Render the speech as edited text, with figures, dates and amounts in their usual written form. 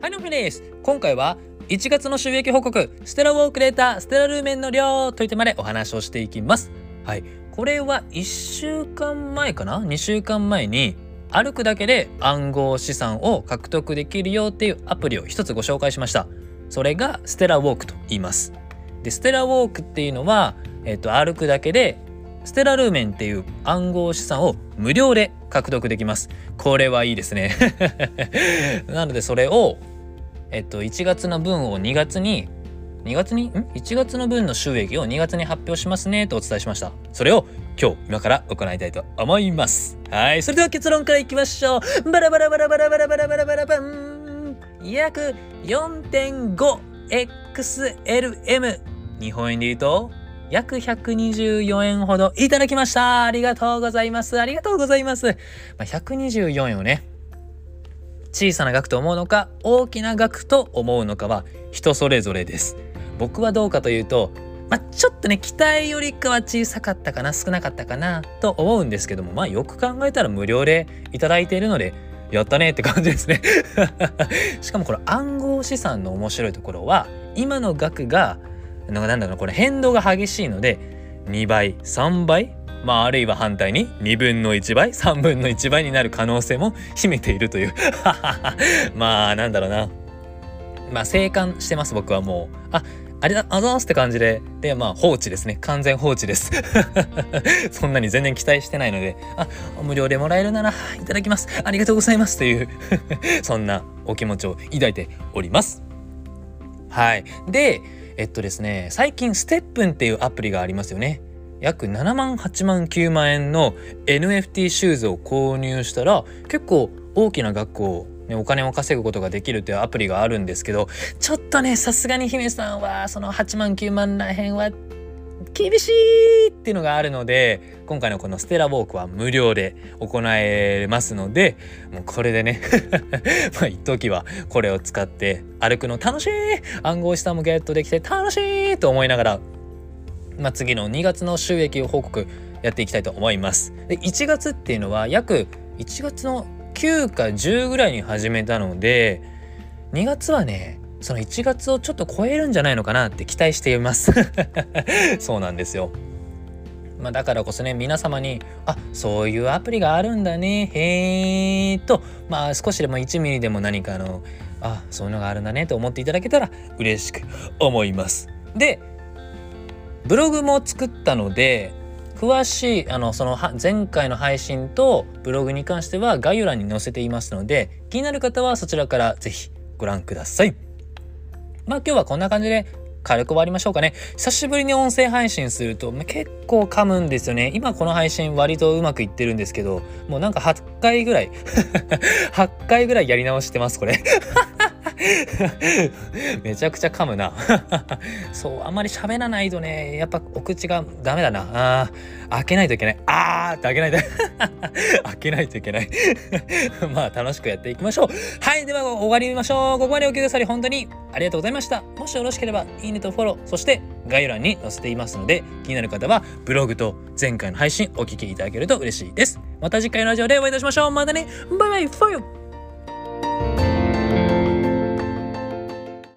はい、のふです。今回は1月の収益報告、ステラウォークデータ、ステラルーメンの量というテーマでお話をしていきます。はい、これは1週間前かな ?2 週間前に歩くだけで暗号資産を獲得できるよっていうアプリを一つご紹介しました。それがステラウォークと言います。で、ステラウォークっていうのは、歩くだけでステラルーメンっていう暗号資産を無料で獲得できます。これはいいですね。なのでそれを、1月の分を1月の分の収益を2月に発表しますねとお伝えしました。それを今から行いたいと思います。はい、それでは結論からいきましょう。バラバラバラバラバラバラバラバラバン。約 4.5XLM。日本円で言うと約124円ほどいただきました。ありがとうございます。ありがとうございます。124円をね、小さな額と思うのか大きな額と思うのかは人それぞれです。僕はどうかというと、ちょっとね、期待よりかは小さかったかな、少なかったかなと思うんですけども、よく考えたら無料でいただいているのでやったねって感じですね。しかもこの暗号資産の面白いところは、今の額がこれ変動が激しいので2倍3倍、あるいは反対に2分の1倍3分の1倍になる可能性も秘めているという静観してます。僕はもうありがとうございますって感じで放置ですね。完全放置です。そんなに全然期待してないので、無料でもらえるならいただきます、ありがとうございますというそんなお気持ちを抱いております。はい。でですね、最近ステップンっていうアプリがありますよね。約7万8万9万円の NFT シューズを購入したら結構大きな額を、お金を稼ぐことができるというアプリがあるんですけど、ちょっとね、さすがに姫さんはその8万9万らへんは厳しいっていうのがあるので、今回のこのステラウォークは無料で行えますので、もうこれでね一時はこれを使って歩くの楽しい、暗号資産もゲットできて楽しいと思いながら、次の2月の収益報告やっていきたいと思います。で、1月っていうのは約1月の9か10ぐらいに始めたので、2月はねその1月をちょっと超えるんじゃないのかなって期待しています。そうなんですよ。だからこそね、皆様にそういうアプリがあるんだね、へーと少しでも1ミリでも何かそういうのがあるんだねと思っていただけたら嬉しく思います。で、ブログも作ったので、詳しいその前回の配信とブログに関しては概要欄に載せていますので、気になる方はそちらからぜひご覧ください。今日はこんな感じで軽く終わりましょうかね。久しぶりに音声配信すると結構噛むんですよね。今この配信割とうまくいってるんですけど、もう8回ぐらい8回ぐらいやり直してますこれ。めちゃくちゃ噛むな。そう、あんまり喋らないとね、やっぱお口がダメだな。開けないといけない。って開けないと開けないといけない。楽しくやっていきましょう。はい、では終わりましょう。ここまでお聞きくださり本当にありがとうございました。もしよろしければいいねとフォロー、そして概要欄に載せていますので、気になる方はブログと前回の配信お聞きいただけると嬉しいです。また次回のラジオでお会いいたしましょう。またね、バイバイ、フォー。